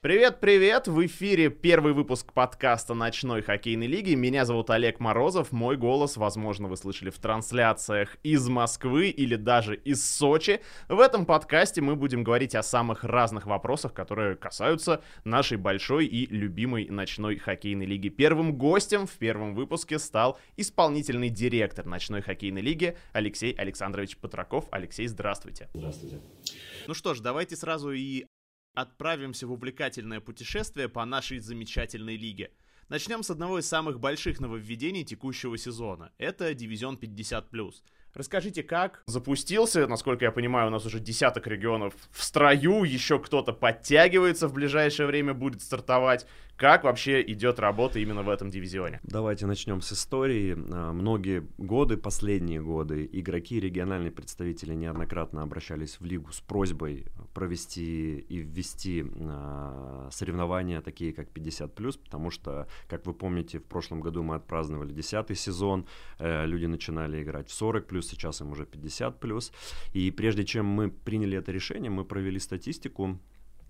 Привет-привет! В эфире первый выпуск подкаста «Ночной хоккейной лиги». Меня зовут Олег Морозов. Мой голос, возможно, вы слышали в трансляциях из Москвы или даже из Сочи. В этом подкасте мы будем говорить о самых разных вопросах, которые касаются нашей большой и любимой ночной хоккейной лиги. Первым гостем в первом выпуске стал исполнительный директор ночной хоккейной лиги Алексей Александрович Патраков. Алексей, здравствуйте. Здравствуйте. Ну что ж, давайте сразу и отправимся в увлекательное путешествие по нашей замечательной лиге. Начнем с одного из самых больших нововведений текущего сезона. Это дивизион 50+. Расскажите, как запустился, насколько я понимаю, у нас уже десяток регионов в строю, еще кто-то подтягивается в ближайшее время, будет стартовать. Как вообще идет работа именно в этом дивизионе? Давайте начнем с истории. Многие годы, последние годы, игроки, региональные представители неоднократно обращались в лигу с просьбой провести и ввести соревнования такие, как 50+, потому что, как вы помните, в прошлом году мы отпраздновали 10-й сезон, люди начинали играть в 40+, сейчас им уже 50+. И прежде чем мы приняли это решение, мы провели статистику,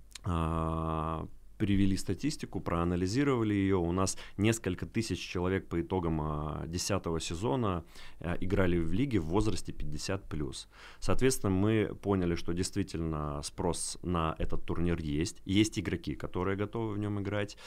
проанализировали ее. У нас несколько тысяч человек по итогам 10-го сезона играли в лиге в возрасте 50+. Соответственно, мы поняли, что действительно спрос на этот турнир есть. Есть игроки, которые готовы в нем играть.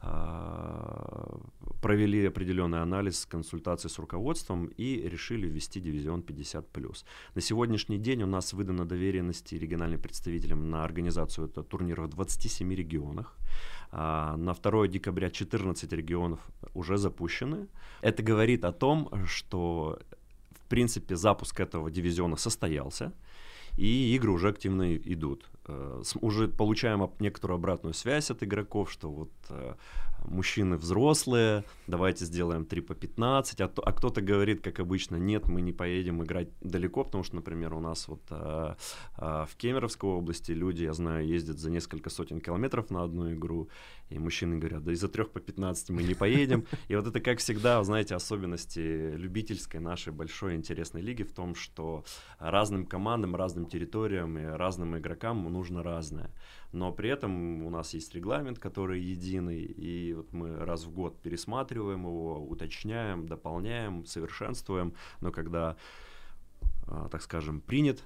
Провели определенный анализ, консультации с руководством и решили ввести дивизион 50+. На сегодняшний день у нас выдано доверенности региональным представителям на организацию этого турнира в 27 регионах. На 2 декабря 14 регионов уже запущены. Это говорит о том, что, в принципе, запуск этого дивизиона состоялся, и игры уже активно идут. Уже получаем некоторую обратную связь от игроков, что вот мужчины взрослые, давайте сделаем 3 по 15, а кто-то говорит, как обычно, нет, мы не поедем играть далеко, потому что, например, у нас вот в Кемеровской области люди, я знаю, ездят за несколько сотен километров на одну игру, и мужчины говорят, да из-за 3 по 15 мы не поедем. И вот это, как всегда, знаете, особенности любительской нашей большой интересной лиги в том, что разным командам, разным территориям и разным игрокам нужно разное. Но при этом у нас есть регламент, который единый, и вот мы раз в год пересматриваем его, уточняем, дополняем, совершенствуем. Но когда, так скажем, принят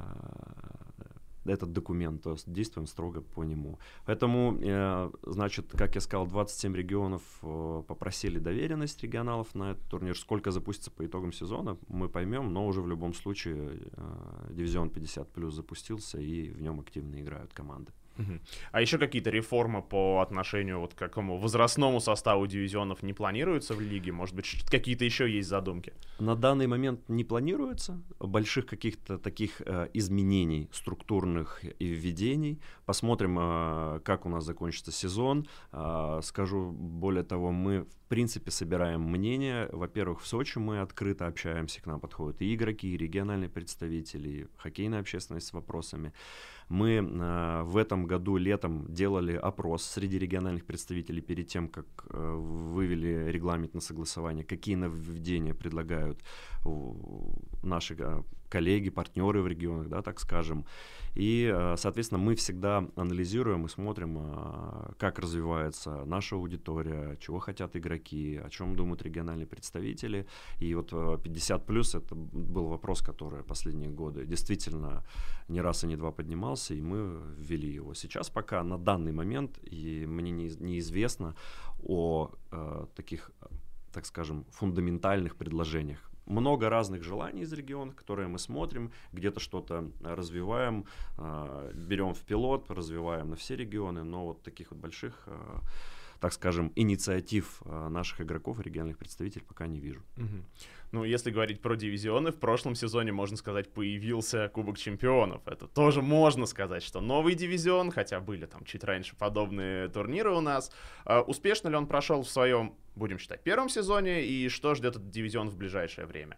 этот документ, то действуем строго по нему. Поэтому, значит, как я сказал, 27 регионов попросили доверенность регионалов на этот турнир. Сколько запустится по итогам сезона, мы поймем, но уже в любом случае дивизион 50+ запустился, и в нем активно играют команды. А еще какие-то реформы по отношению вот к какому возрастному составу дивизионов не планируются в лиге? Может быть, какие-то еще есть задумки? На данный момент не планируется больших каких-то таких изменений структурных и введений. Посмотрим, как у нас закончится сезон. Скажу более того, мы в принципе собираем мнение. Во-первых, в Сочи мы открыто общаемся, к нам подходят и игроки, и региональные представители, и хоккейная общественность с вопросами. Мы в этом году летом делали опрос среди региональных представителей перед тем, как вывели регламент на согласование, какие нововведения предлагают наши коллеги, партнеры в регионах, да, так скажем. И, соответственно, мы всегда анализируем и смотрим, как развивается наша аудитория, чего хотят игроки, о чем думают региональные представители. И вот 50+ это был вопрос, который последние годы действительно не раз и не два поднимался, и мы ввели его. Сейчас пока на данный момент и мне неизвестно о таких, так скажем, фундаментальных предложениях. Много разных желаний из регионов, которые мы смотрим, где-то что-то развиваем, берем в пилот, развиваем на все регионы, но вот таких вот больших, так скажем, инициатив наших игроков и региональных представителей пока не вижу. Ну, если говорить про дивизионы, в прошлом сезоне, можно сказать, появился Кубок Чемпионов. Это тоже можно сказать, что новый дивизион, хотя были там чуть раньше подобные турниры у нас. Успешно ли он прошел в своем, будем считать, первом сезоне, и что ждет этот дивизион в ближайшее время?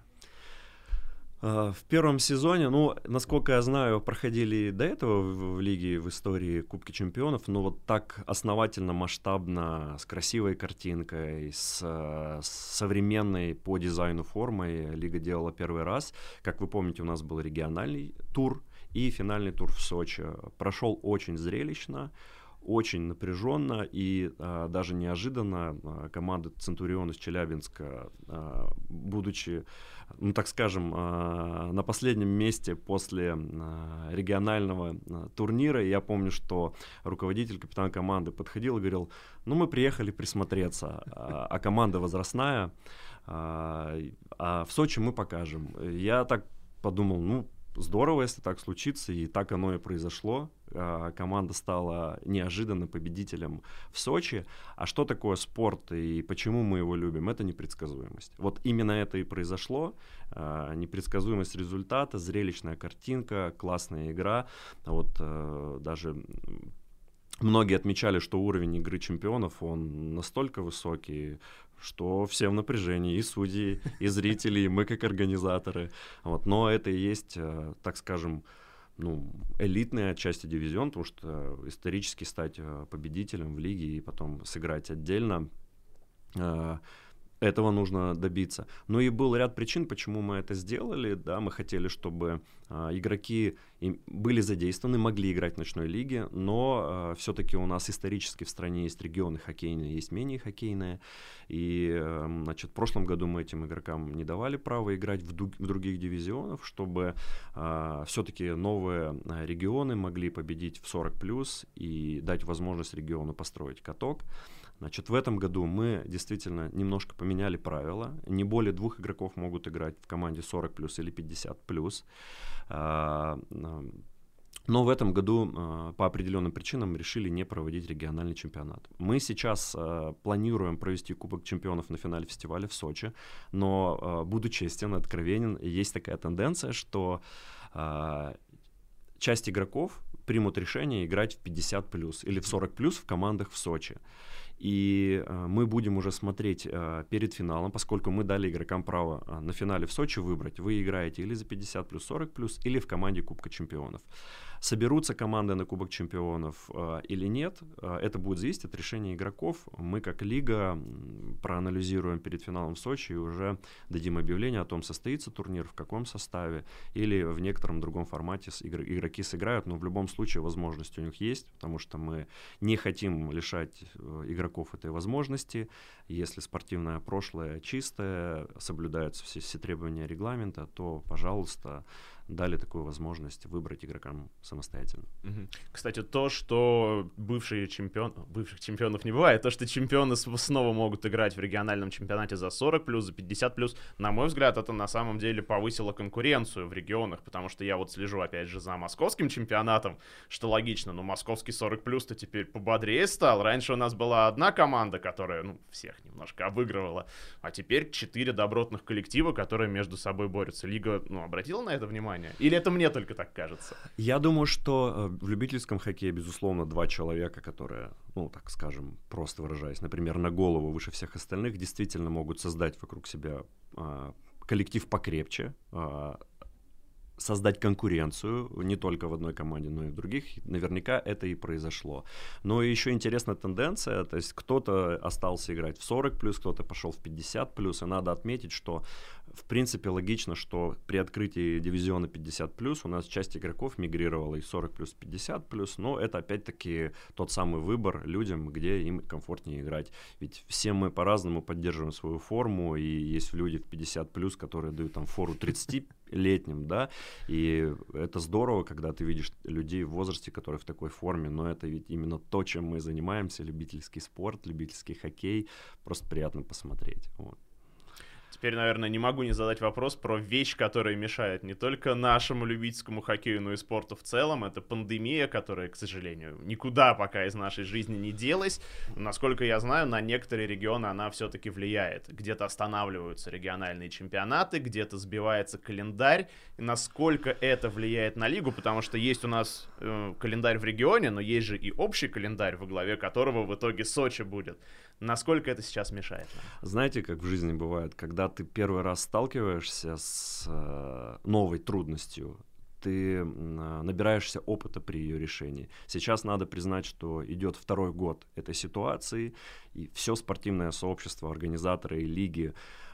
В первом сезоне, ну, насколько я знаю, проходили до этого в лиге, в истории Кубки Чемпионов, но вот так основательно, масштабно, с красивой картинкой, с современной по дизайну формой лига делала первый раз. Как вы помните, у нас был региональный тур и финальный тур в Сочи. Прошел очень зрелищно, очень напряженно и даже неожиданно команда «Центурион» из Челябинска, будучи, ну так скажем, на последнем месте после регионального турнира, я помню, что руководитель, капитан команды подходил и говорил: ну мы приехали присмотреться, а команда возрастная, а в Сочи мы покажем. Я так подумал, ну здорово, если так случится, и так оно и произошло. Команда стала неожиданно победителем в Сочи. А что такое спорт и почему мы его любим? Это непредсказуемость. Вот именно это и произошло. Непредсказуемость результата, зрелищная картинка, классная игра. Вот даже многие отмечали, что уровень игры чемпионов, он настолько высокий, что все в напряжении, и судьи, и зрители, и мы как организаторы. Вот. Но это и есть, так скажем, ну, элитная отчасти дивизион, потому что исторически стать победителем в лиге и потом сыграть отдельно, этого нужно добиться. Ну и был ряд причин, почему мы это сделали. Да, мы хотели, чтобы игроки были задействованы, могли играть в ночной лиге, но все-таки у нас исторически в стране есть регионы хоккейные, есть менее хоккейные. И, значит, в прошлом году мы этим игрокам не давали права играть в других дивизионах, чтобы все-таки новые регионы могли победить в 40+, и дать возможность региону построить каток. Значит, в этом году мы действительно немножко поменяли правила. Не более 2 игроков могут играть в команде 40+ или 50+. Но в этом году по определенным причинам решили не проводить региональный чемпионат. Мы сейчас планируем провести Кубок чемпионов на финале фестиваля в Сочи, но, буду честен, откровенен, есть такая тенденция, что часть игроков примут решение играть в 50+ или в 40+ в командах в Сочи. И мы будем уже смотреть перед финалом, поскольку мы дали игрокам право на финале в Сочи выбрать, вы играете или за 50+, 40+, или в команде Кубка чемпионов. Соберутся команды на Кубок чемпионов или нет, это будет зависеть от решения игроков. Мы как лига проанализируем перед финалом в Сочи и уже дадим объявление о том, состоится турнир, в каком составе, или в некотором другом формате игроки сыграют, но в любом случае возможность у них есть, потому что мы не хотим лишать игроков этой возможности. Если спортивное прошлое чистое, соблюдаются все требования регламента, то, пожалуйста, дали такую возможность выбрать игрокам самостоятельно. Кстати, то, что бывших чемпионов не бывает, то, что чемпионы снова могут играть в региональном чемпионате за 40+, за 50+, на мой взгляд, это на самом деле повысило конкуренцию в регионах, потому что я вот слежу, опять же, за московским чемпионатом, что логично, но московский 40+-то теперь пободрее стал. Раньше у нас была одна команда, которая, ну, всех немножко обыгрывала, а теперь 4 добротных коллектива, которые между собой борются. Лига, ну, обратила на это внимание? Или это мне только так кажется? Я думаю, что в любительском хоккее, безусловно, 2 человека, которые, ну, так скажем, просто выражаясь, например, на голову выше всех остальных, действительно могут создать вокруг себя коллектив покрепче, создать конкуренцию не только в одной команде, но и в других. Наверняка это и произошло. Но еще интересная тенденция, то есть кто-то остался играть в 40+, кто-то пошел в 50+, и надо отметить, что в принципе логично, что при открытии дивизиона 50+, у нас часть игроков мигрировала из 40+, 50+, но это опять-таки тот самый выбор людям, где им комфортнее играть. Ведь все мы по-разному поддерживаем свою форму, и есть люди в 50+, которые дают там фору 30-летним, да, и это здорово, когда ты видишь людей в возрасте, которые в такой форме, но это ведь именно то, чем мы занимаемся, любительский спорт, любительский хоккей, просто приятно посмотреть, вот. Теперь, наверное, не могу не задать вопрос про вещь, которая мешает не только нашему любительскому хоккею, но и спорту в целом. Это пандемия, которая, к сожалению, никуда пока из нашей жизни не делась. Насколько я знаю, на некоторые регионы она все-таки влияет. Где-то останавливаются региональные чемпионаты, где-то сбивается календарь. И насколько это влияет на лигу, потому что есть у нас календарь в регионе, но есть же и общий календарь, во главе которого в итоге Сочи будет. Насколько это сейчас мешает нам? Знаете, как в жизни бывает, когда ты первый раз сталкиваешься с новой трудностью, ты набираешься опыта при ее решении. Сейчас надо признать, что идет 2-й год этой ситуации, и все спортивное сообщество, организаторы и лиги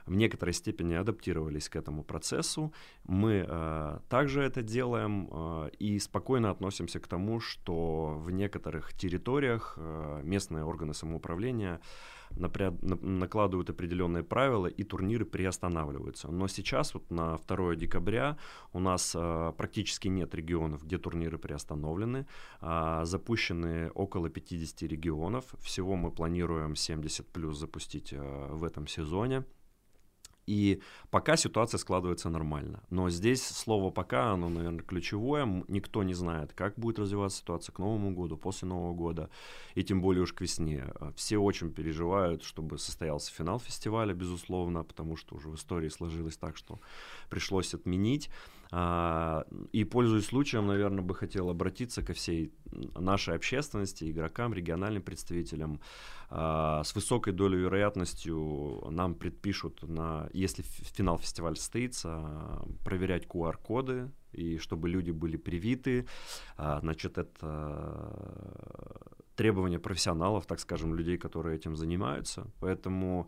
в некоторой степени адаптировались к этому процессу. Мы также это делаем и спокойно относимся к тому, что в некоторых территориях местные органы самоуправления накладывают определенные правила, и турниры приостанавливаются. Но сейчас, вот на 2 декабря, у нас практически нет регионов, где турниры приостановлены. Запущены около 50 регионов. Всего мы планируем 70 плюс запустить в этом сезоне. И пока ситуация складывается нормально. Но здесь слово «пока», оно, наверное, ключевое. Никто не знает, как будет развиваться ситуация к Новому году, после Нового года, и тем более уж к весне. Все очень переживают, чтобы состоялся финал фестиваля, безусловно, потому что уже в истории сложилось так, что пришлось отменить. И, пользуясь случаем, наверное, бы хотел обратиться ко всей нашей общественности, игрокам, региональным представителям. С высокой долей вероятностью нам предпишут, если финал фестиваля состоится, проверять QR-коды, и чтобы люди были привиты. Значит, это требования профессионалов, так скажем, людей, которые этим занимаются. Поэтому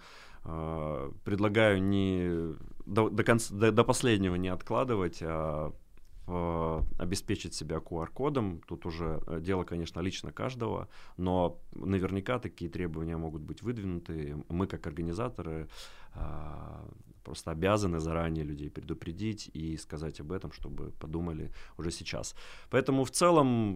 предлагаю до последнего не откладывать, обеспечить себя QR-кодом. Тут уже дело, конечно, лично каждого, но наверняка такие требования могут быть выдвинуты. Мы, как организаторы, просто обязаны заранее людей предупредить и сказать об этом, чтобы подумали уже сейчас. Поэтому в целом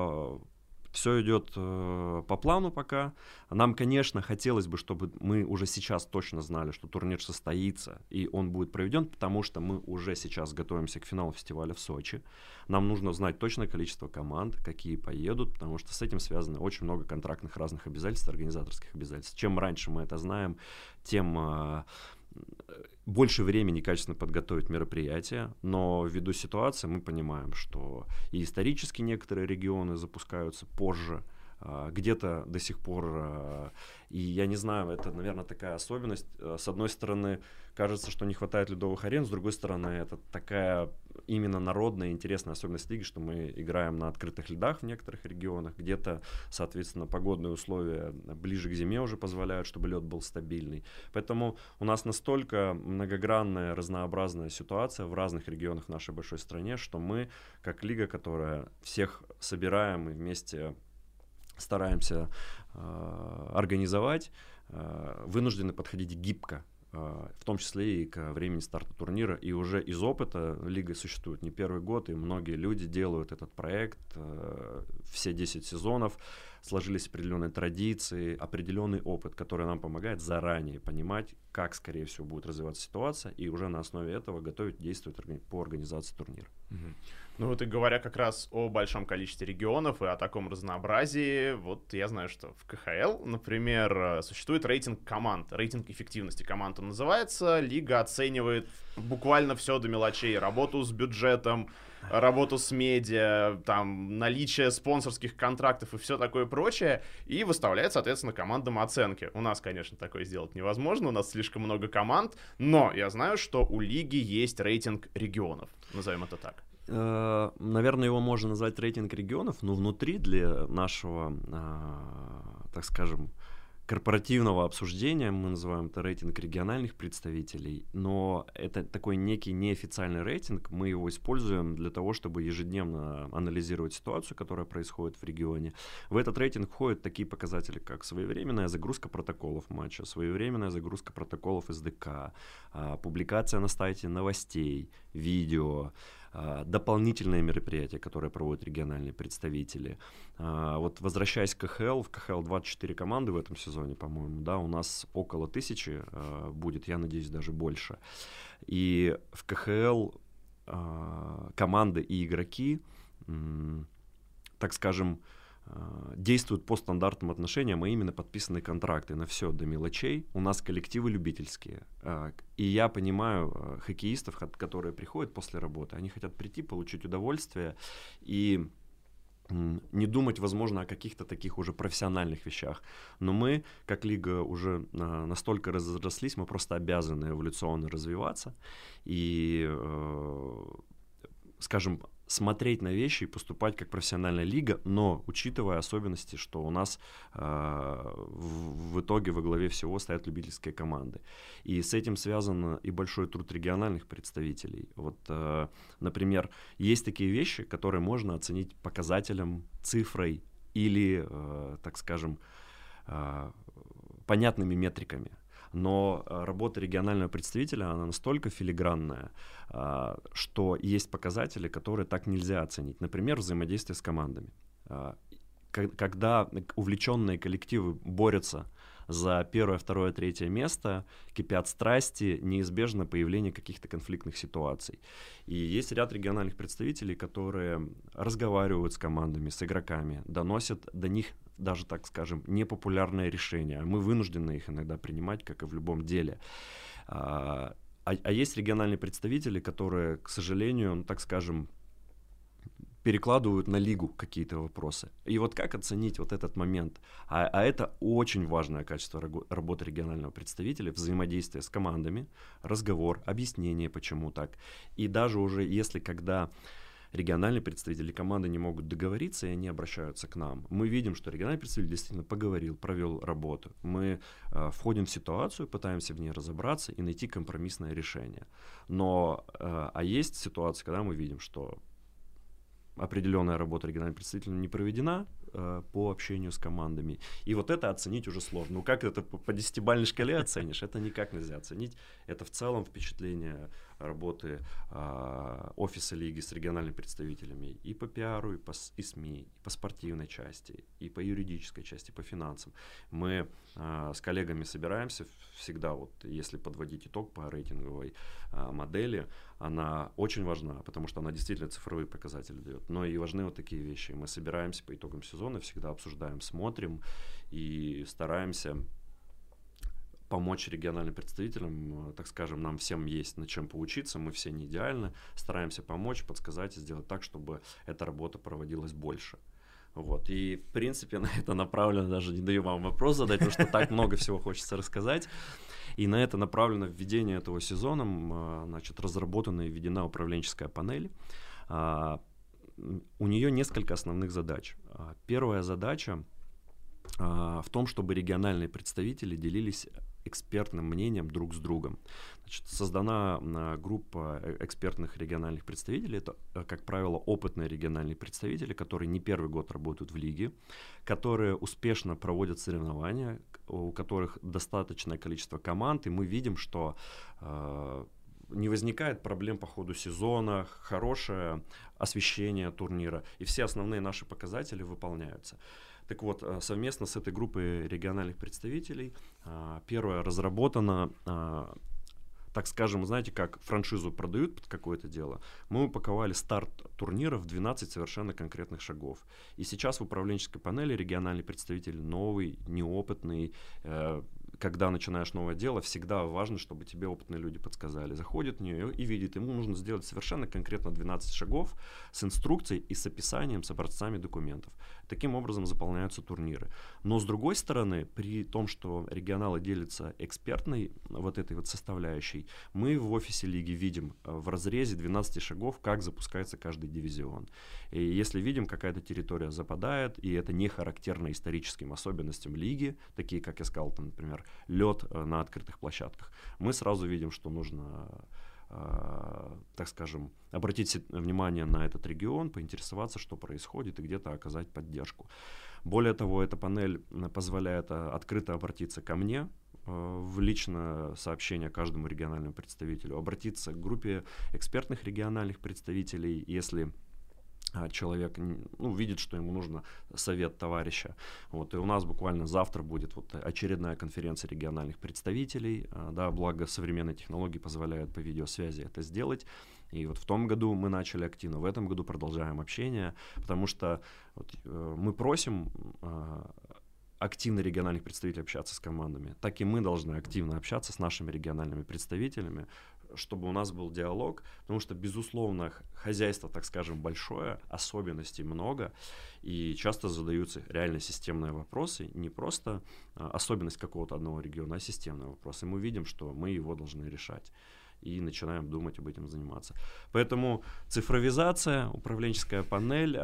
все идет по плану пока. Нам, конечно, хотелось бы, чтобы мы уже сейчас точно знали, что турнир состоится и он будет проведен, потому что мы уже сейчас готовимся к финалу фестиваля в Сочи. Нам нужно знать точное количество команд, какие поедут, потому что с этим связано очень много контрактных разных обязательств, организаторских обязательств. Чем раньше мы это знаем, тем больше времени качественно подготовить мероприятие, но ввиду ситуации мы понимаем, что и исторически некоторые регионы запускаются позже, где-то до сих пор, и я не знаю, это, наверное, такая особенность. С одной стороны, кажется, что не хватает ледовых арен, с другой стороны, это такая именно народная интересная особенность лиги, что мы играем на открытых льдах в некоторых регионах, где-то, соответственно, погодные условия ближе к зиме уже позволяют, чтобы лед был стабильный. Поэтому у нас настолько многогранная, разнообразная ситуация в разных регионах в нашей большой стране, что мы, как лига, которая всех собираем и вместе стараемся организовать, вынуждены подходить гибко, в том числе и к времени старта турнира. И уже из опыта лига существует не первый год, и многие люди делают этот проект все 10 сезонов. Сложились определенные традиции, определенный опыт, который нам помогает заранее понимать, как, скорее всего, будет развиваться ситуация, и уже на основе этого готовить, действовать по организации турнира. Ну вот и говоря как раз о большом количестве регионов и о таком разнообразии, вот я знаю, что в КХЛ, например, существует рейтинг команд, рейтинг эффективности команд он называется, лига оценивает буквально все до мелочей, работу с бюджетом, работу с медиа, там, наличие спонсорских контрактов и все такое прочее, и выставляет, соответственно, командам оценки. У нас, конечно, такое сделать невозможно, у нас слишком много команд, но я знаю, что у лиги есть рейтинг регионов, назовем это так. Наверное, его можно назвать рейтинг регионов, но внутри для нашего, так скажем, корпоративного обсуждения мы называем это рейтинг региональных представителей, но это такой некий неофициальный рейтинг, мы его используем для того, чтобы ежедневно анализировать ситуацию, которая происходит в регионе. В этот рейтинг входят такие показатели, как своевременная загрузка протоколов матча, своевременная загрузка протоколов СДК, публикация на сайте новостей, видео, дополнительные мероприятия, которые проводят региональные представители. Вот возвращаясь к КХЛ, в КХЛ 24 команды в этом сезоне, по-моему, да, у нас около 1000 будет, я надеюсь, даже больше. И в КХЛ команды и игроки, так скажем, действуют по стандартным отношениям, а именно подписаны контракты на все до мелочей. У нас коллективы любительские. И я понимаю хоккеистов, которые приходят после работы, они хотят прийти, получить удовольствие и не думать, возможно, о каких-то таких уже профессиональных вещах. Но мы, как лига, уже настолько разрослись, мы просто обязаны эволюционно развиваться. И, скажем, смотреть на вещи и поступать как профессиональная лига, но учитывая особенности, что у нас в итоге во главе всего стоят любительские команды. И с этим связан и большой труд региональных представителей. Вот, например, есть такие вещи, которые можно оценить показателем, цифрой или, так скажем, понятными метриками. Но работа регионального представителя, она настолько филигранная, что есть показатели, которые так нельзя оценить. Например, взаимодействие с командами. Когда увлеченные коллективы борются за первое, второе, третье место, кипят страсти, неизбежно появление каких-то конфликтных ситуаций. И есть ряд региональных представителей, которые разговаривают с командами, с игроками, доносят до них даже, так скажем, непопулярные решения. Мы вынуждены их иногда принимать, как и в любом деле. А есть региональные представители, которые, к сожалению, так скажем, перекладывают на лигу какие-то вопросы. И вот как оценить вот этот момент? А это очень важное качество работы регионального представителя, взаимодействие с командами, разговор, объяснение, почему так. И даже уже если когда региональные представители команды не могут договориться, и они обращаются к нам, мы видим, что региональный представитель действительно поговорил, провел работу. Мы входим в ситуацию, пытаемся в ней разобраться и найти компромиссное решение. Но есть ситуации, когда мы видим, что определенная работа регионального представителя не проведена по общению с командами. И вот это оценить уже сложно. Ну как это по 10-бальной шкале оценишь? Это никак нельзя оценить. Это в целом впечатление работы офиса лиги с региональными представителями и по пиару, и СМИ, и по спортивной части, и по юридической части, и по финансам. Мы с коллегами собираемся всегда, вот если подводить итог по рейтинговой модели, она очень важна, потому что она действительно цифровые показатели дает. Но и важны вот такие вещи. Мы собираемся по итогам сезона, всегда обсуждаем, смотрим и стараемся помочь региональным представителям, так скажем, нам всем есть над чем поучиться, мы все не идеальны, стараемся помочь, подсказать и сделать так, чтобы эта работа проводилась больше. Вот. И, в принципе, на это направлено, даже не даю вам вопрос задать, потому что так много всего хочется рассказать. И на это направлено введение этого сезона, значит, разработана и введена управленческая панель. У нее несколько основных задач. Первая задача в том, чтобы региональные представители делились экспертным мнением друг с другом. Значит, создана группа экспертных региональных представителей. Это, как правило, опытные региональные представители, которые не первый год работают в лиге, которые успешно проводят соревнования, у которых достаточное количество команд, и мы видим, что не возникает проблем по ходу сезона, хорошее освещение турнира, и все основные наши показатели выполняются. Так вот, совместно с этой группой региональных представителей первое разработано, так скажем, знаете, как франшизу продают под какое-то дело, мы упаковали старт турнира в 12 совершенно конкретных шагов. И сейчас в управленческой панели региональный представитель новый, неопытный, когда начинаешь новое дело, всегда важно, чтобы тебе опытные люди подсказали. Заходит в нее и видит, ему нужно сделать совершенно конкретно 12 шагов с инструкцией и с описанием, с образцами документов. Таким образом заполняются турниры. Но с другой стороны, при том, что регионалы делятся экспертной вот этой вот составляющей, мы в офисе лиги видим в разрезе 12 шагов, как запускается каждый дивизион. И если видим, какая-то территория западает, и это не характерно историческим особенностям лиги, такие, как я сказал, там, например, лед на открытых площадках, мы сразу видим, что нужно, так скажем, обратить внимание на этот регион, поинтересоваться, что происходит, и где-то оказать поддержку. Более того, эта панель позволяет открыто обратиться ко мне в личное сообщение каждому региональному представителю, обратиться к группе экспертных региональных представителей, если человек видит, что ему нужно совет товарища. Вот, и у нас буквально завтра будет вот очередная конференция региональных представителей. Да, благо современные технологии позволяют по видеосвязи это сделать. И вот в том году мы начали активно, в этом году продолжаем общение, потому что вот, мы просим активно региональных представителей общаться с командами, так и мы должны активно общаться с нашими региональными представителями, чтобы у нас был диалог, потому что, безусловно, хозяйство, так скажем, большое, особенностей много, и часто задаются реально системные вопросы, не просто особенность какого-то одного региона, а системные вопросы. И мы видим, что мы его должны решать. и начинаем думать об этом заниматься. Поэтому цифровизация, управленческая панель,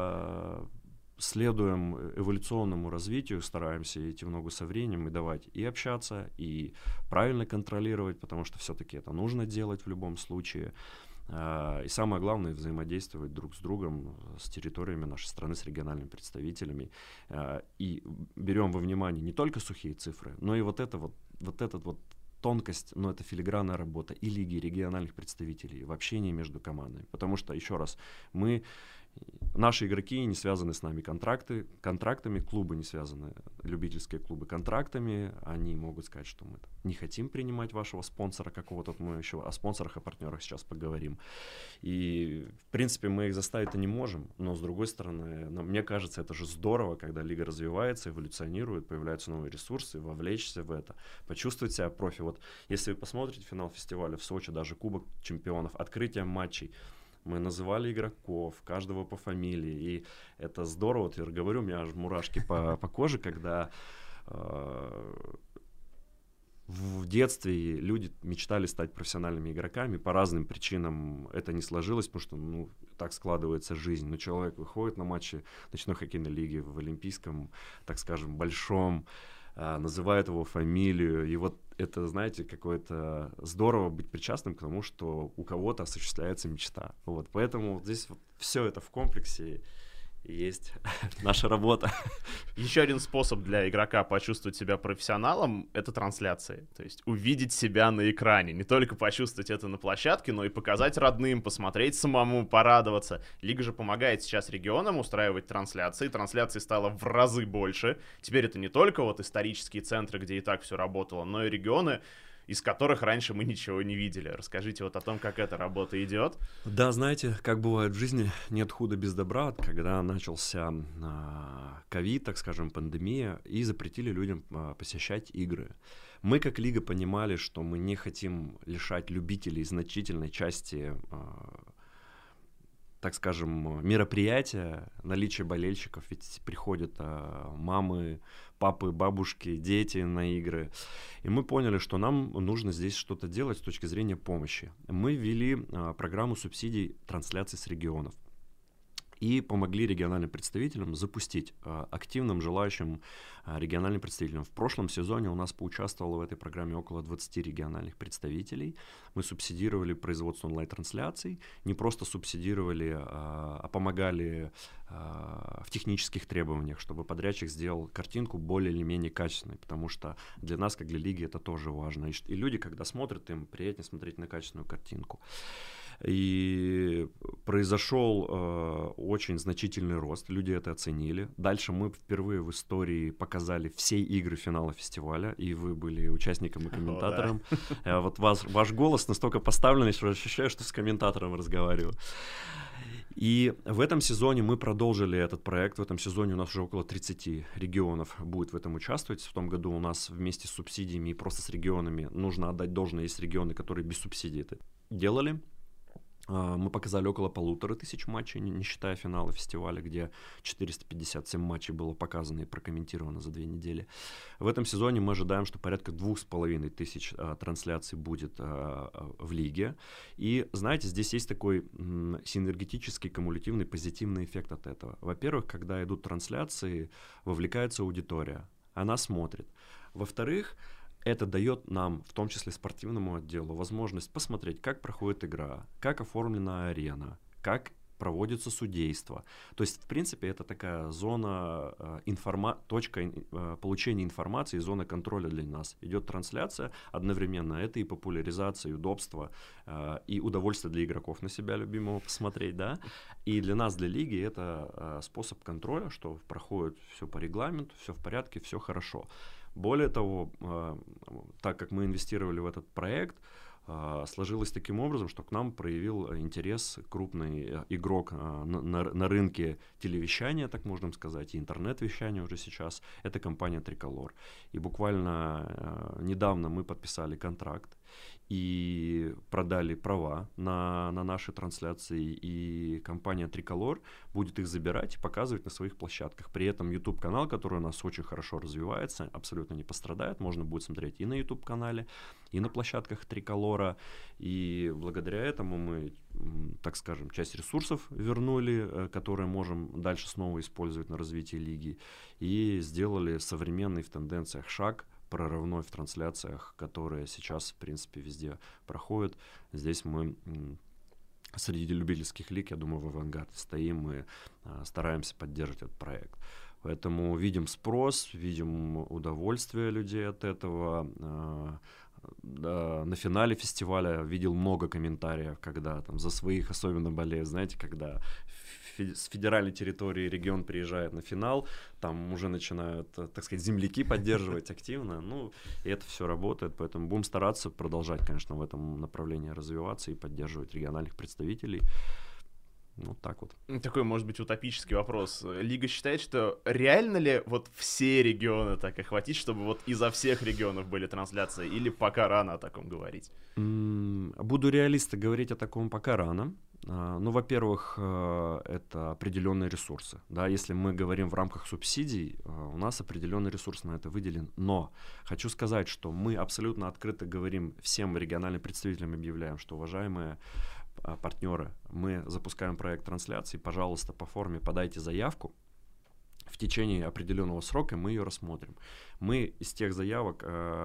следуем эволюционному развитию, стараемся идти в ногу со временем и давать и общаться, и правильно контролировать, потому что все-таки это нужно делать в любом случае. И самое главное, взаимодействовать друг с другом, с территориями нашей страны, с региональными представителями. И берем во внимание не только сухие цифры, но и вот эта тонкость, но это филигранная работа и лиги, и региональных представителей в общении между командами. Потому что, еще раз, наши игроки не связаны с нами контрактами, клубы не связаны, любительские клубы контрактами. Они могут сказать, что мы не хотим принимать вашего спонсора какого-то, мы еще о спонсорах, о партнерах сейчас поговорим. И, в принципе, мы их заставить-то не можем, но, с другой стороны, мне кажется, это же здорово, когда лига развивается, эволюционирует, появляются новые ресурсы, вовлечься в это, почувствовать себя профи. Вот если вы посмотрите финал фестиваля в Сочи, даже Кубок чемпионов, открытие матчей, мы называли игроков, каждого по фамилии, и это здорово. Вот я говорю, у меня аж мурашки по коже, когда в детстве люди мечтали стать профессиональными игроками, по разным причинам это не сложилось, потому что, так складывается жизнь. Но человек выходит на матчи ночной хоккейной лиги в олимпийском, так скажем, большом, называют его фамилию, и вот это, знаете, какое-то здорово быть причастным к тому, что у кого-то осуществляется мечта. Вот, поэтому вот здесь вот все это в комплексе есть наша работа. Еще один способ для игрока почувствовать себя профессионалом — это трансляции. То есть увидеть себя на экране. Не только почувствовать это на площадке, но и показать родным, посмотреть самому, порадоваться. Лига же помогает сейчас регионам устраивать трансляции. Трансляций стало в разы больше. Теперь это не только вот исторические центры, где и так все работало, но и регионы, из которых раньше мы ничего не видели. Расскажите вот о том, как эта работа идет. Да, знаете, как бывает в жизни, нет худа без добра. Когда начался ковид, так скажем, пандемия, и запретили людям посещать игры. Мы, как лига, понимали, что мы не хотим лишать любителей значительной части, так скажем, мероприятия, наличия болельщиков, ведь приходят мамы, папы, бабушки, дети на игры. И мы поняли, что нам нужно здесь что-то делать с точки зрения помощи. Мы ввели программу субсидий трансляций с регионов и помогли региональным представителям запустить, активным желающим региональным представителям. В прошлом сезоне у нас поучаствовало в этой программе около 20 региональных представителей. Мы субсидировали производство онлайн-трансляций, не просто субсидировали, а помогали в технических требованиях, чтобы подрядчик сделал картинку более или менее качественной, потому что для нас, как для лиги, это тоже важно. И люди, когда смотрят, им приятнее смотреть на качественную картинку. И произошел очень значительный рост, люди это оценили. Дальше мы впервые в истории показали все игры финала фестиваля, и вы были участником и комментатором. Вот ваш голос настолько поставленный, что я ощущаю, что с комментатором разговариваю. И в этом сезоне мы продолжили этот проект. В этом сезоне у нас уже около 30 регионов будет в этом участвовать. В том году у нас вместе с субсидиями и просто с регионами нужно отдать должное. Есть регионы, которые без субсидий это делали. Мы показали около 1500 матчей, не считая финала фестиваля, где 457 матчей было показано и прокомментировано за 2 недели. В этом сезоне мы ожидаем, что порядка 2500 трансляций будет в лиге. И, знаете, здесь есть такой синергетический, кумулятивный, позитивный эффект от этого. Во-первых, когда идут трансляции, вовлекается аудитория, она смотрит. Во-вторых, это дает нам, в том числе спортивному отделу, возможность посмотреть, как проходит игра, как оформлена арена, как проводится судейство. То есть, в принципе, это такая зона, точка получения информации, зона контроля для нас. Идет трансляция, одновременно это и популяризация, и удобство, и удовольствие для игроков на себя любимого посмотреть, да. И для нас, для лиги, это способ контроля, что проходит все по регламенту, все в порядке, все хорошо. Более того, так как мы инвестировали в этот проект, сложилось таким образом, что к нам проявил интерес крупный игрок на рынке телевещания, так можно сказать, и интернет-вещания уже сейчас. Это компания Tricolor. И буквально недавно мы подписали контракт. и продали права на наши трансляции, и компания Tricolor будет их забирать и показывать на своих площадках. При этом YouTube-канал, который у нас очень хорошо развивается, абсолютно не пострадает. Можно будет смотреть и на YouTube-канале, и на площадках Tricolor. И благодаря этому мы, так скажем, часть ресурсов вернули, которые можем дальше снова использовать на развитии лиги, и сделали современный в тенденциях шаг прорывной в трансляциях, которые сейчас, в принципе, везде проходят. Здесь мы среди любительских лиг, я думаю, в авангарде стоим и стараемся поддерживать этот проект. Поэтому видим спрос, видим удовольствие людей от этого. На финале фестиваля видел много комментариев, когда там за своих особенно болеют, знаете, когда с федеральной территории регион приезжает на финал, там уже начинают, так сказать, земляки поддерживать активно, и это все работает, поэтому будем стараться продолжать, конечно, в этом направлении развиваться и поддерживать региональных представителей. Вот так вот. Такой, может быть, утопический вопрос. Лига считает, что реально ли вот все регионы так охватить, чтобы вот изо всех регионов были трансляции, или пока рано о таком говорить? Буду реалистом, говорить о таком пока рано. Во-первых, это определенные ресурсы. Да, если мы говорим в рамках субсидий, у нас определенный ресурс на это выделен. Но хочу сказать, что мы абсолютно открыто говорим всем региональным представителям, объявляем, что, уважаемые партнеры, мы запускаем проект трансляции, пожалуйста, по форме подайте заявку. В течение определенного срока мы ее рассмотрим. Мы из тех заявок,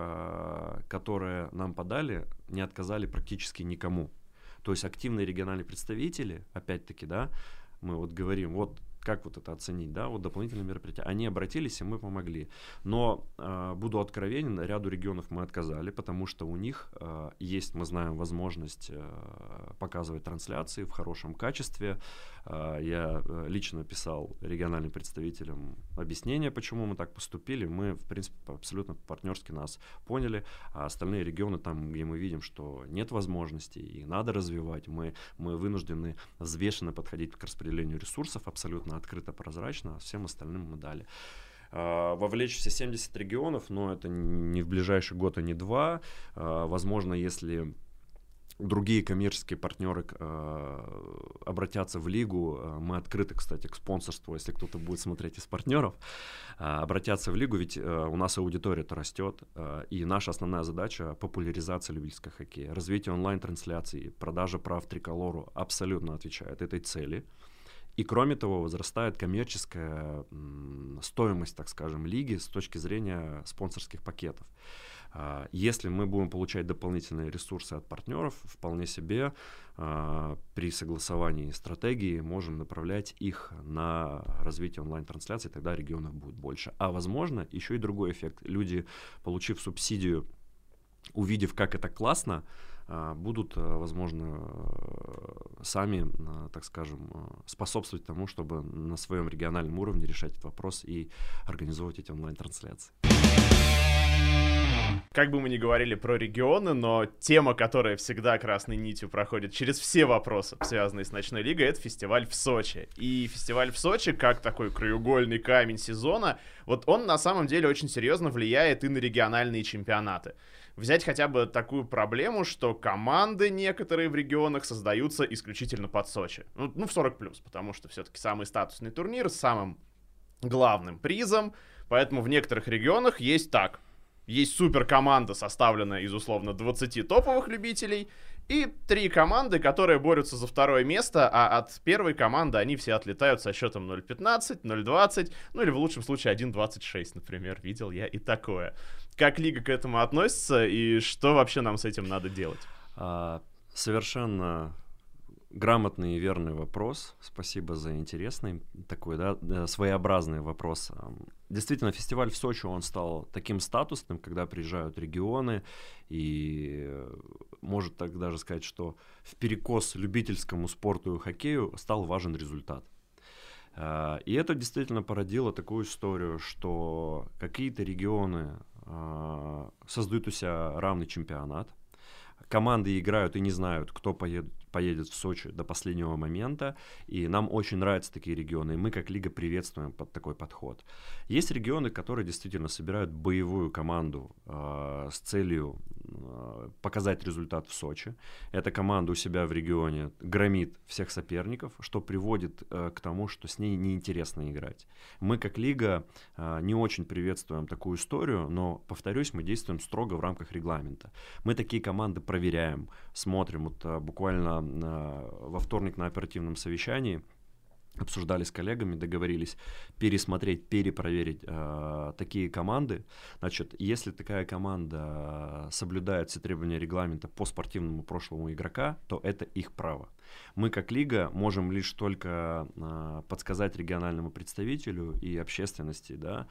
которые нам подали, не отказали практически никому. То есть активные региональные представители, опять-таки, да, мы вот говорим, вот как вот это оценить, да, вот дополнительные мероприятия. Они обратились, и мы помогли. Но буду откровенен, ряду регионов мы отказали, потому что у них есть, мы знаем, возможность показывать трансляции в хорошем качестве. Я лично писал региональным представителям объяснение, почему мы так поступили. Мы, в принципе, абсолютно партнерски нас поняли. А остальные регионы, там, где мы видим, что нет возможностей, и надо развивать, мы вынуждены взвешенно подходить к распределению ресурсов, абсолютно открыто, прозрачно, а всем остальным мы дали. Вовлечь все 70 регионов, но это не в ближайший год, а не два. Возможно, если другие коммерческие партнеры обратятся в лигу, мы открыты, кстати, к спонсорству, если кто-то будет смотреть из партнеров, обратятся в лигу, ведь у нас аудитория-то растет, и наша основная задача — популяризация любительского хоккея, развитие онлайн-трансляций, продажа прав Триколору абсолютно отвечает этой цели. И кроме того, возрастает коммерческая стоимость, так скажем, лиги с точки зрения спонсорских пакетов. Если мы будем получать дополнительные ресурсы от партнеров, вполне себе при согласовании стратегии можем направлять их на развитие онлайн-трансляций, тогда регионов будет больше. А возможно, еще и другой эффект. Люди, получив субсидию, увидев, как это классно, будут, возможно, сами, так скажем, способствовать тому, чтобы на своем региональном уровне решать этот вопрос и организовывать эти онлайн-трансляции. Как бы мы ни говорили про регионы, но тема, которая всегда красной нитью проходит через все вопросы, связанные с ночной лигой, это фестиваль в Сочи. И фестиваль в Сочи, как такой краеугольный камень сезона, вот он на самом деле очень серьезно влияет и на региональные чемпионаты. Взять хотя бы такую проблему, что команды некоторые в регионах создаются исключительно под Сочи. В 40+, потому что все-таки самый статусный турнир с самым главным призом, поэтому в некоторых регионах есть так. Есть суперкоманда, составленная из условно 20 топовых любителей, и 3 команды, которые борются за второе место, а от первой команды они все отлетают со счетом 0-15, 0-20, или в лучшем случае 1-26, например. Видел я и такое. Как лига к этому относится, и что вообще нам с этим надо делать? Совершенно грамотный и верный вопрос. Спасибо за интересный такой, своеобразный вопрос. Действительно, фестиваль в Сочи, он стал таким статусным, когда приезжают регионы, и может так даже сказать, что вперекос любительскому спорту и хоккею стал важен результат. И это действительно породило такую историю, что какие-то регионы создают у себя равный чемпионат, команды играют и не знают, кто поедет поедет в Сочи до последнего момента, и нам очень нравятся такие регионы, и мы как лига приветствуем такой подход. Есть регионы, которые действительно собирают боевую команду с целью показать результат в Сочи. Эта команда у себя в регионе громит всех соперников, что приводит к тому, что с ней неинтересно играть. Мы как лига не очень приветствуем такую историю, но, повторюсь, мы действуем строго в рамках регламента. Мы такие команды проверяем, смотрим. Вот буквально во вторник на оперативном совещании обсуждали с коллегами, договорились пересмотреть, перепроверить такие команды. Значит, если такая команда соблюдает все требования регламента по спортивному прошлому игрока, то это их право. Мы, как лига, можем лишь только подсказать региональному представителю и общественности, да,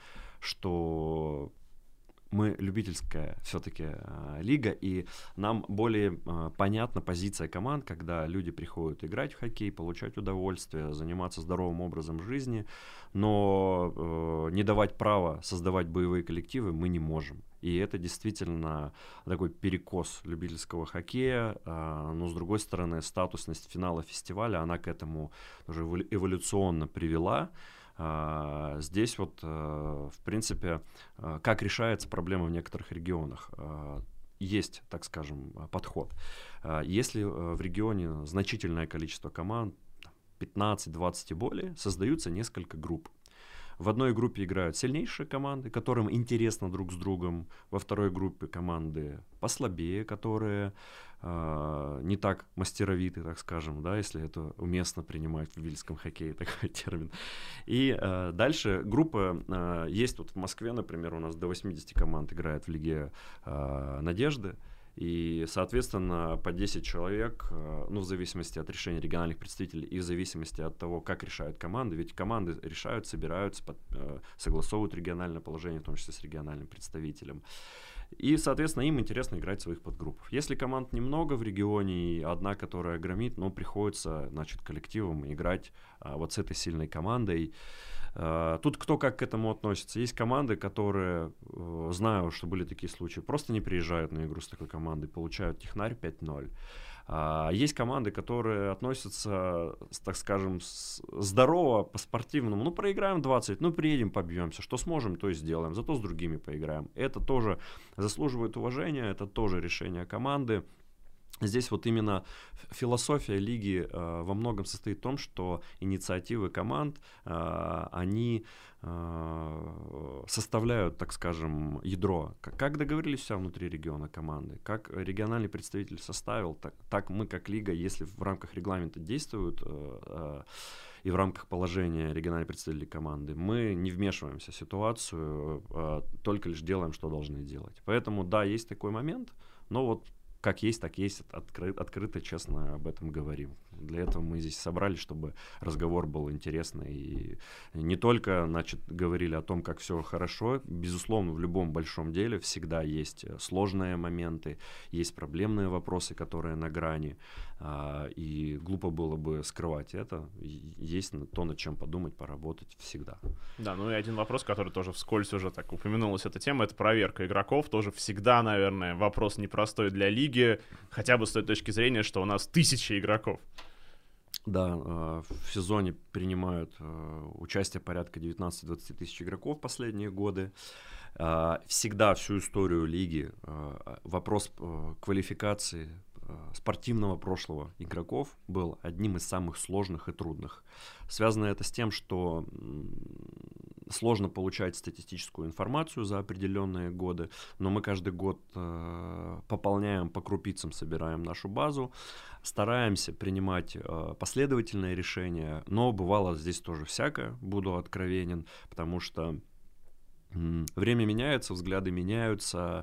что мы любительская все-таки лига, и нам более понятна позиция команд, когда люди приходят играть в хоккей, получать удовольствие, заниматься здоровым образом жизни, но не давать права создавать боевые коллективы мы не можем. И это действительно такой перекос любительского хоккея, но с другой стороны статусность финала фестиваля, она к этому уже эволюционно привела. Здесь вот, в принципе, как решается проблема в некоторых регионах. Есть, так скажем, подход. Если в регионе значительное количество команд, 15, 20 и более, создаются несколько групп. В одной группе играют сильнейшие команды, которым интересно друг с другом. Во второй группе команды послабее, которые не так мастеровиты, так скажем, да, если это уместно принимать в любительском хоккее такой термин. И дальше группа есть вот в Москве, например, у нас до 80 команд играет в Лиге Надежды. И, соответственно, по 10 человек, ну, в зависимости от решения региональных представителей и в зависимости от того, как решают команды, ведь команды решают, собираются, согласовывают региональное положение, в том числе с региональным представителем. И, соответственно, им интересно играть в своих подгруппах. Если команд немного в регионе, и одна, которая громит, ну, приходится, значит, коллективом играть вот с этой сильной командой. Тут кто как к этому относится. Есть команды, которые, знаю, что были такие случаи, просто не приезжают на игру с такой командой, получают технарь 5-0. Есть команды, которые относятся, так скажем, здорово, по-спортивному. Ну, проиграем 20, ну, приедем, побьемся. Что сможем, то и сделаем. Зато с другими поиграем. Это тоже заслуживает уважения, это тоже решение команды. Здесь вот именно философия лиги во многом состоит в том, что инициативы команд, они составляют, так скажем, ядро. Как договорились все внутри региона команды, как региональный представитель составил, так мы как лига, если в рамках регламента действуют и в рамках положения региональных представителей команды, мы не вмешиваемся в ситуацию, только лишь делаем, что должны делать. Поэтому, да, есть такой момент, но вот как есть, так есть, открыто, честно об этом говорим. Для этого мы здесь собрались, чтобы разговор был интересный. И не только, значит, говорили о том, как все хорошо. Безусловно, в любом большом деле всегда есть сложные моменты, есть проблемные вопросы, которые на грани. И глупо было бы скрывать это. Есть то, над чем подумать, поработать всегда. Да, ну и один вопрос, который тоже вскользь уже так упомянулась эта тема, это проверка игроков. Тоже всегда, наверное, вопрос непростой для лиги, хотя бы с той точки зрения, что у нас 1000 игроков. Да, в сезоне принимают участие порядка 19-20 тысяч игроков в последние годы. Всегда всю историю лиги вопрос квалификации спортивного прошлого игроков был одним из самых сложных и трудных. Связано это с тем, что сложно получать статистическую информацию за определенные годы, но мы каждый год пополняем, по крупицам собираем нашу базу, стараемся принимать последовательные решения, но бывало здесь тоже всякое, буду откровенен, потому что время меняется, взгляды меняются.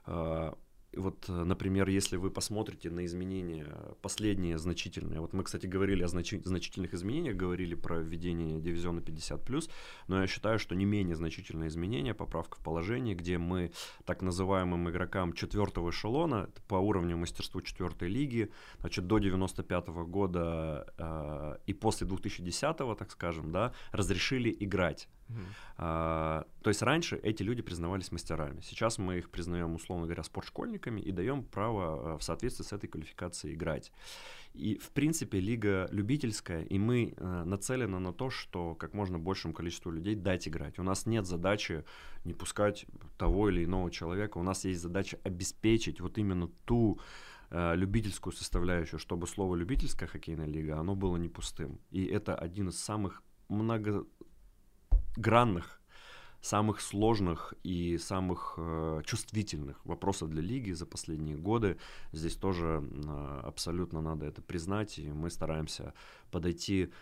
Вот, например, если вы посмотрите на изменения последние значительные, вот мы, кстати, говорили о значительных изменениях, говорили про введение дивизиона 50+, но я считаю, что не менее значительные изменения, поправка в положение, где мы так называемым игрокам 4-го эшелона, по уровню мастерства 4-й лиги, значит, до 95-го года и после 2010-го, так скажем, да, разрешили играть. То есть раньше эти люди признавались мастерами. Сейчас мы их признаем, условно говоря, спортшкольниками и даем право в соответствии с этой квалификацией играть. И, в принципе, лига любительская, и мы нацелены на то, что как можно большему количеству людей дать играть. У нас нет задачи не пускать того или иного человека, у нас есть задача обеспечить вот именно ту любительскую составляющую, чтобы слово «любительская хоккейная лига», оно было не пустым. И это один из самых многогранных, самых сложных и самых чувствительных вопросов для лиги за последние годы. Здесь тоже абсолютно надо это признать, и мы стараемся подойти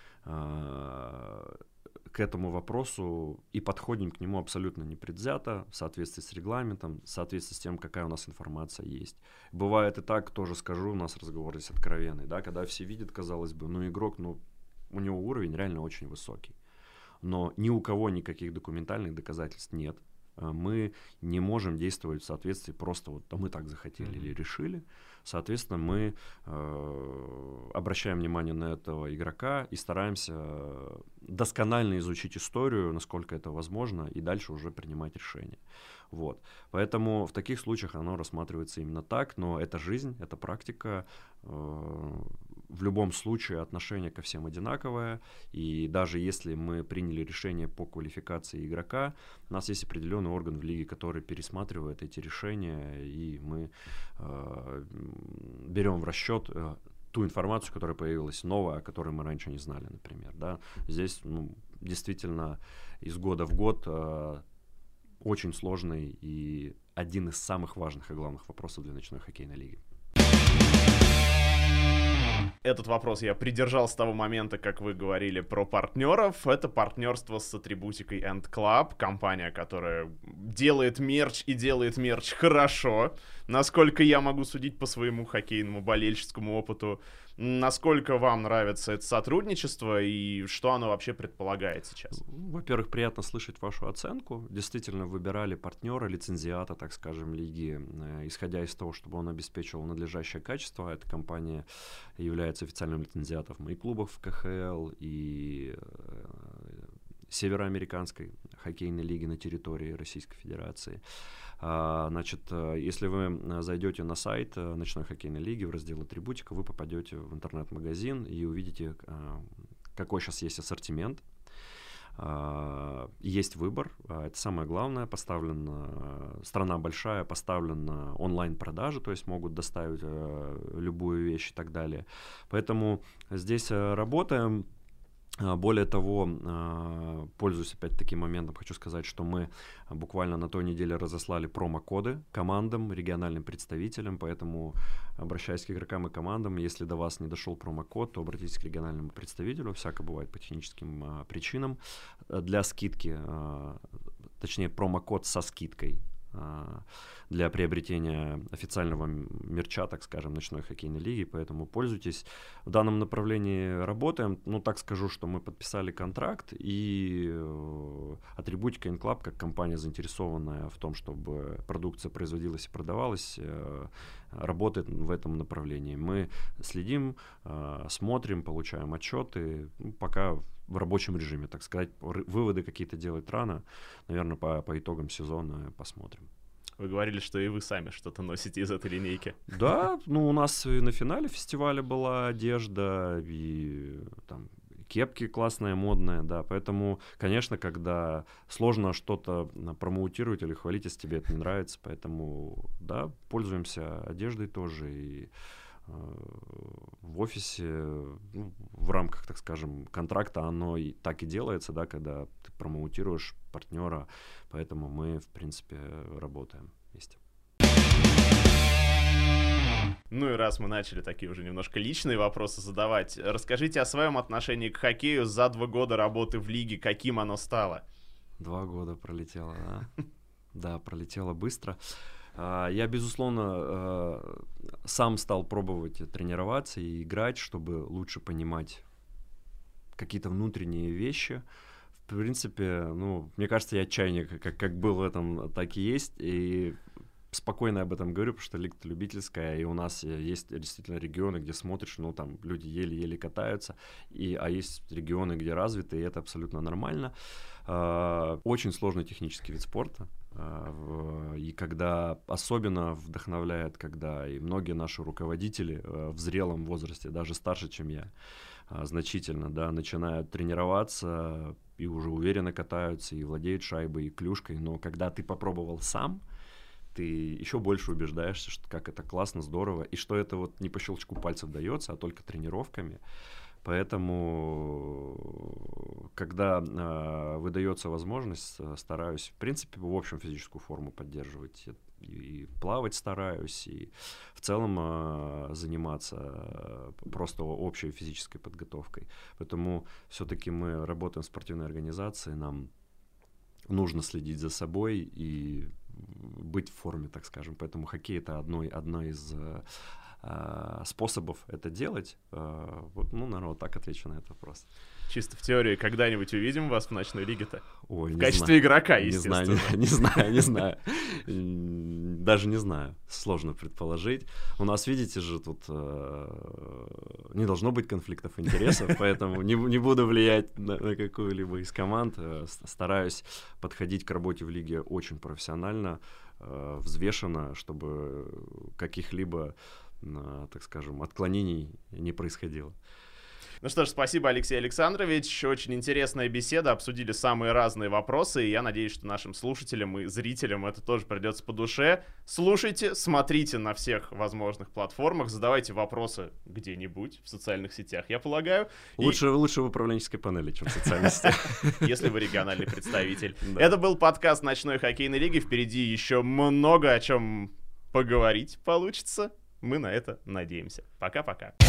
к этому вопросу и подходим к нему абсолютно непредвзято, в соответствии с регламентом, в соответствии с тем, какая у нас информация есть. Бывает и так, тоже скажу, у нас разговор здесь откровенный, да, когда все видят, казалось бы, игрок, у него уровень реально очень высокий. Но ни у кого никаких документальных доказательств нет. Мы не можем действовать в соответствии просто мы так захотели или решили. Соответственно, мы обращаем внимание на этого игрока и стараемся досконально изучить историю, насколько это возможно, и дальше уже принимать решения. Вот. Поэтому в таких случаях оно рассматривается именно так, но это жизнь, это практика. В любом случае отношение ко всем одинаковое, и даже если мы приняли решение по квалификации игрока, у нас есть определенный орган в лиге, который пересматривает эти решения, и мы берем в расчет ту информацию, которая появилась новая, о которой мы раньше не знали, например. Да? Здесь действительно из года в год очень сложный и один из самых важных и главных вопросов для ночной хоккейной лиги. Этот вопрос я придержал с того момента, как вы говорили про партнеров. Это партнерство с атрибутикой End Club, компания, которая делает мерч и делает мерч хорошо. Насколько я могу судить по своему хоккейному болельщическому опыту, насколько вам нравится это сотрудничество и что оно вообще предполагает сейчас? Во-первых, приятно слышать вашу оценку. Действительно, выбирали партнера, лицензиата, так скажем, лиги, исходя из того, чтобы он обеспечивал надлежащее качество. Эта компания является официальным лицензиатом и клубов в КХЛ, и североамериканской хоккейной лиги на территории Российской Федерации. Значит, если вы зайдете на сайт ночной хоккейной лиги в раздел «Атрибутика», вы попадете в интернет-магазин и увидите, какой сейчас есть ассортимент. Есть выбор, это самое главное, страна большая, поставлена онлайн-продажа, то есть могут доставить любую вещь и так далее. Поэтому здесь работаем. Более того, пользуясь опять таким моментом, хочу сказать, что мы буквально на той неделе разослали промокоды командам, региональным представителям, поэтому, обращаясь к игрокам и командам, если до вас не дошел промокод, то обратитесь к региональному представителю, всякое бывает по техническим причинам, для скидки, точнее промокод со скидкой для приобретения официального мерча, так скажем, ночной хоккейной лиги, поэтому пользуйтесь. В данном направлении работаем. Так скажу, что мы подписали контракт, и Атрибутика End Club, как компания, заинтересованная в том, чтобы продукция производилась и продавалась, работает в этом направлении. Мы следим, смотрим, получаем отчеты, пока в рабочем режиме, так сказать. Выводы какие-то делать рано. Наверное, по итогам сезона посмотрим. Вы говорили, что и вы сами что-то носите из этой линейки. Да, у нас и на финале фестиваля была одежда, и там кепки классные, модные, да, поэтому, конечно, когда сложно что-то промоутировать или хвалить, если тебе это не нравится, поэтому, да, пользуемся одеждой тоже, и в офисе, в рамках, так скажем, контракта оно и так и делается, да, когда ты промоутируешь партнера, поэтому мы, в принципе, работаем вместе. И раз мы начали такие уже немножко личные вопросы задавать, расскажите о своем отношении к хоккею за 2 года работы в лиге, каким оно стало? 2 года пролетело, да? Да, пролетело быстро. Я, безусловно, сам стал пробовать тренироваться и играть, чтобы лучше понимать какие-то внутренние вещи. В принципе, мне кажется, я чайник, как был в этом, так и есть. И спокойно об этом говорю, потому что лига-то любительская, и у нас есть действительно регионы, где смотришь, там люди еле-еле катаются, а есть регионы, где развиты, и это абсолютно нормально. Очень сложный технический вид спорта. И когда особенно вдохновляет, когда и многие наши руководители в зрелом возрасте, даже старше, чем я, значительно, да, начинают тренироваться и уже уверенно катаются, и владеют шайбой, и клюшкой, но когда ты попробовал сам, ты еще больше убеждаешься, что как это классно, здорово, и что это вот не по щелчку пальцев дается, а только тренировками. Поэтому, когда выдается возможность, стараюсь, в принципе, в общем физическую форму поддерживать. И плавать стараюсь, и в целом заниматься просто общей физической подготовкой. Поэтому все-таки мы работаем в спортивной организации, нам нужно следить за собой и быть в форме, так скажем. Поэтому хоккей — это одно из способов это делать. Вот, ну, наверное, вот так отвечу на этот вопрос. Чисто в теории, когда-нибудь увидим вас в ночной лиге-то? Ой, в качестве игрока, естественно. Не знаю. Даже не знаю. Сложно предположить. У нас, видите же, тут не должно быть конфликтов интересов, поэтому не буду влиять на какую-либо из команд. Стараюсь подходить к работе в лиге очень профессионально, взвешенно, чтобы каких-либо, так скажем, отклонений не происходило. Ну что ж, спасибо, Алексей Александрович. Очень интересная беседа, обсудили самые разные вопросы, и я надеюсь, что нашим слушателям и зрителям это тоже придется по душе. Слушайте, смотрите на всех возможных платформах, задавайте вопросы где-нибудь в социальных сетях, я полагаю. Лучше в управленческой панели, чем в социальных сетях. Если вы региональный представитель. Это был подкаст «Ночной хоккейной лиги». Впереди еще много о чем поговорить получится. Мы на это надеемся. Пока-пока.